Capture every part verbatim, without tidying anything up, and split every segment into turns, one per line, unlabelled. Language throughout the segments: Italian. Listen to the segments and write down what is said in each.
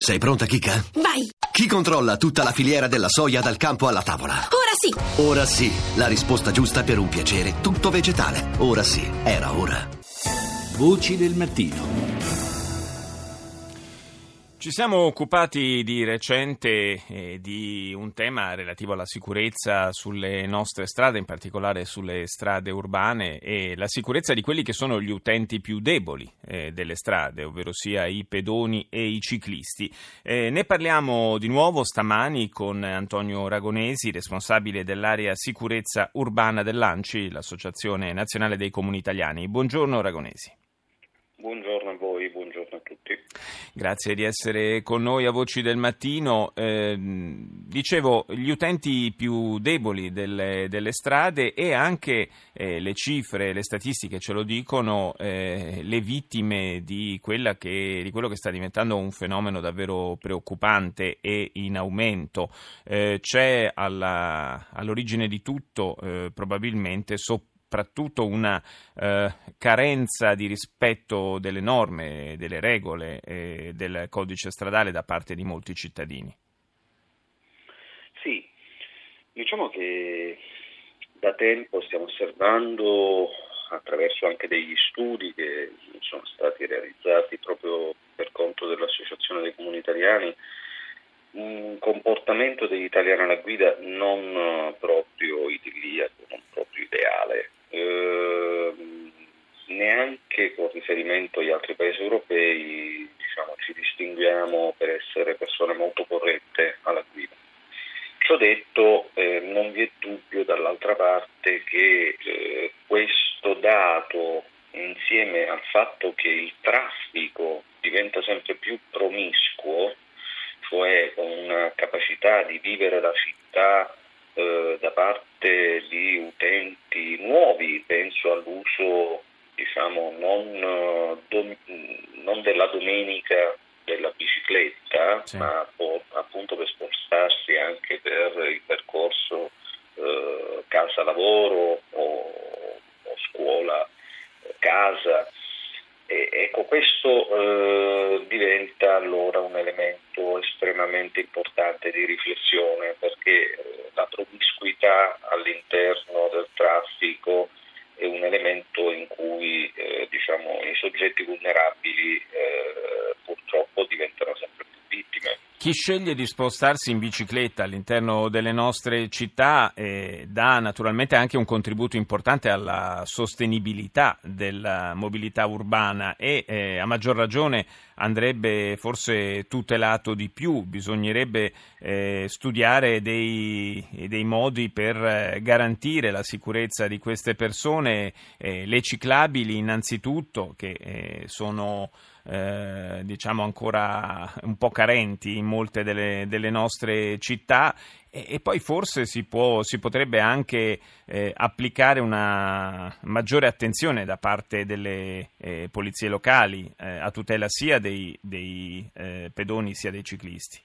Sei pronta, Kika?
Vai!
Chi controlla tutta la filiera della soia dal campo alla tavola?
Ora sì!
Ora sì, la risposta giusta per un piacere tutto vegetale. Ora sì, era ora.
Voci del mattino.
Ci siamo occupati di recente eh, di un tema relativo alla sicurezza sulle nostre strade, in particolare sulle strade urbane, e la sicurezza di quelli che sono gli utenti più deboli eh, delle strade, ovvero sia i pedoni e i ciclisti. Eh, ne parliamo di nuovo stamani con Antonio Ragonesi, responsabile dell'area sicurezza urbana dell'ANCI, l'Associazione Nazionale dei Comuni Italiani. Buongiorno Ragonesi.
Buongiorno a voi, buongiorno a tutti.
Grazie di essere con noi a Voci del Mattino. Eh, dicevo, gli utenti più deboli delle, delle strade e anche eh, le cifre, le statistiche ce lo dicono, eh, le vittime di, quella che, di quello che sta diventando un fenomeno davvero preoccupante e in aumento. Eh, c'è alla, all'origine di tutto eh, probabilmente soprattutto soprattutto una eh, carenza di rispetto delle norme, delle regole e del codice stradale da parte di molti cittadini.
Sì, diciamo che da tempo stiamo osservando, attraverso anche degli studi che sono stati realizzati proprio per conto dell'Associazione dei Comuni Italiani, un comportamento degli italiani alla guida non proprio idilliaco, non proprio ideale. Eh, neanche con riferimento agli altri paesi europei, diciamo, ci distinguiamo per essere persone molto corrette alla guida. Ciò detto, eh, non vi è dubbio dall'altra parte che eh, questo dato, insieme al fatto che il traffico diventa sempre più promiscuo, cioè con una capacità di vivere la città eh, da parte di utenti nuovi, penso all'uso diciamo non, dom- non della domenica della bicicletta, sì, ma po- appunto per spostarsi anche per il percorso eh, casa-lavoro o, o scuola-casa. E, ecco, questo eh, diventa allora un elemento estremamente importante di riflessione, perché eh, la promiscuità all'interno del traffico è un elemento in cui eh, diciamo, i soggetti vulnerabili eh, purtroppo diventano sempre più vittime.
Chi sceglie di spostarsi in bicicletta all'interno delle nostre città eh, dà naturalmente anche un contributo importante alla sostenibilità della mobilità urbana e eh, a maggior ragione andrebbe forse tutelato di più. Bisognerebbe eh, studiare dei, dei modi per eh, garantire la sicurezza di queste persone, eh, le ciclabili innanzitutto, che eh, sono Eh, diciamo ancora un po' carenti in molte delle, delle nostre città, e, e poi forse si può si potrebbe anche eh, applicare una maggiore attenzione da parte delle eh, polizie locali eh, a tutela sia dei, dei eh, pedoni sia dei ciclisti.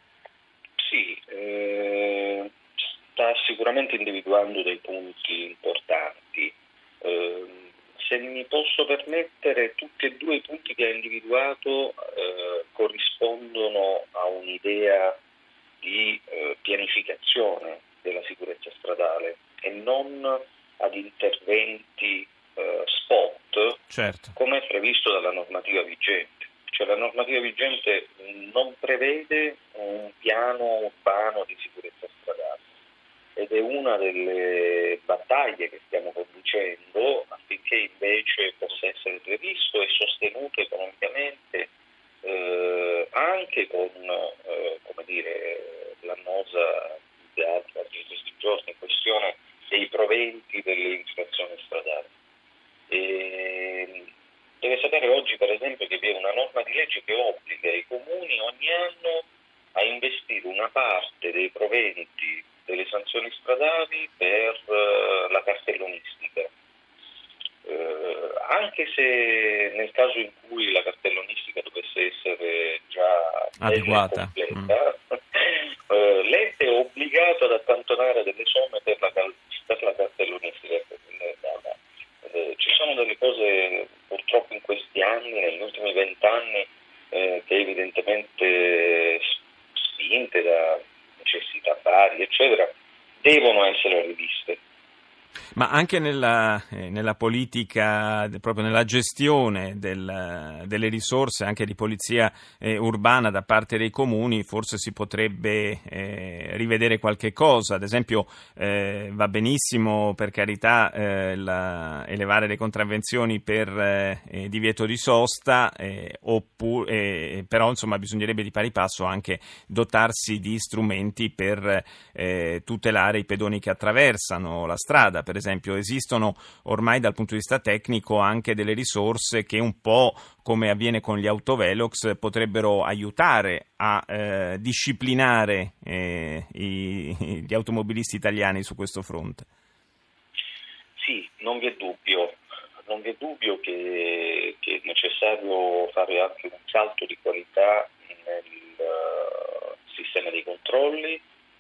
Sì, eh, sta sicuramente individuando dei punti importanti. Eh, Se mi posso permettere, tutti e due i punti che ha individuato eh, corrispondono a un'idea di eh, pianificazione della sicurezza stradale e non ad interventi eh, spot,
certo,
come è previsto dalla normativa vigente. Cioè la normativa vigente non prevede un piano urbano di sicurezza stradale, ed è una delle battaglie che stiamo conducendo affinché invece possa essere previsto e sostenuto economicamente eh, anche con eh, come dire, l'annosa teatro di questi giorni in questione dei proventi delle infrazioni stradali. E deve sapere oggi per esempio che vi è una norma di legge che obbliga i comuni ogni anno a investire una parte dei proventi delle sanzioni stradali per uh, la cartellonistica, uh, anche se nel caso in cui la cartellonistica dovesse essere già
adeguata,
completa, mm. uh, l'ente è obbligato ad accantonare delle somme per la, per la cartellonistica. Uh, ci sono delle cose purtroppo in questi anni, negli ultimi vent'anni, eh, che evidentemente viari, eccetera, devono essere riviste.
Ma anche nella, eh, nella politica, proprio nella gestione del, delle risorse anche di polizia eh, urbana da parte dei comuni, forse si potrebbe eh, rivedere qualche cosa. Ad esempio eh, va benissimo, per carità, eh, la, elevare le contravvenzioni per eh, divieto di sosta, eh, oppure, eh, però insomma bisognerebbe di pari passo anche dotarsi di strumenti per eh, tutelare i pedoni che attraversano la strada. Per esempio, esistono ormai dal punto di vista tecnico anche delle risorse che, un po' come avviene con gli autovelox, potrebbero aiutare a eh, disciplinare eh, i, gli automobilisti italiani su questo fronte.
Sì, non vi è dubbio, non vi è dubbio che, che è necessario fare anche un salto di qualità nel uh, sistema dei controlli.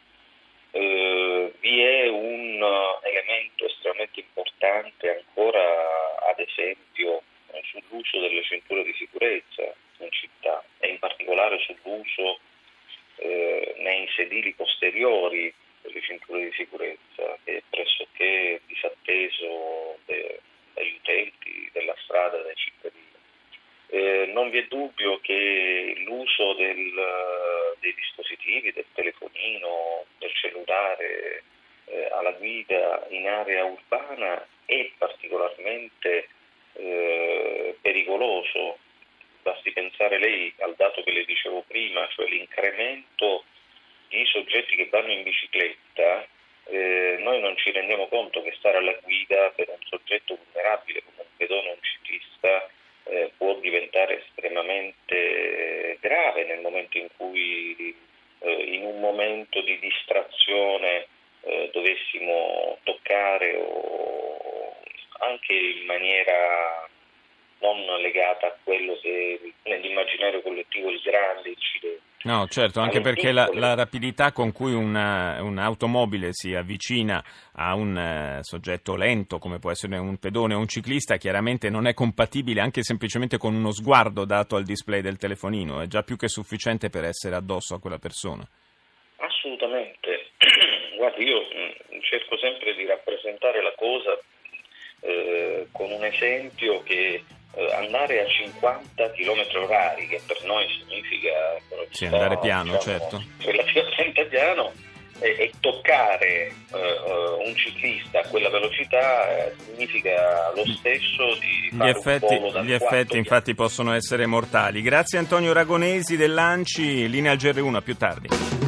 Uh, vi è un uh, elemento estremamente importante ancora, ad esempio, eh, sull'uso delle cinture di sicurezza in città e in particolare sull'uso eh, nei sedili posteriori delle cinture di sicurezza, che è pressoché disatteso de, dagli utenti della strada, dai cittadini. Eh, non vi è dubbio che l'uso del, dei dispositivi, del telefonino, del cellulare eh, alla guida in area urbana è particolarmente eh, pericoloso. Basti pensare lei al dato che le dicevo prima, cioè l'incremento di soggetti che vanno in bicicletta. Eh, noi non ci rendiamo conto che stare alla guida per un soggetto vulnerabile come un pedone o un ciclista eh, può diventare estremamente grave nel momento in cui eh, in un momento di distrazione eh, dovessimo toccare, o anche in maniera non legata a quello che nell'immaginario collettivo il grande incidente.
No, certo, anche perché la, la rapidità con cui una, un'automobile si avvicina a un uh, soggetto lento, come può essere un pedone o un ciclista, chiaramente non è compatibile anche semplicemente con uno sguardo dato al display del telefonino, è già più che sufficiente per essere addosso a quella persona.
Assolutamente. Guardi, io mh, cerco sempre di rappresentare la cosa eh, con un esempio che andare a cinquanta chilometri orari, che per noi significa
sì, andare piano,
diciamo,
certo,
relativamente piano, e, e toccare uh, un ciclista a quella velocità eh, significa lo stesso di fare
gli effetti,
un volo dal
gli effetti infatti possono essere mortali. Grazie Antonio Ragonesi dell'A N C I, linea al G R uno, a più tardi.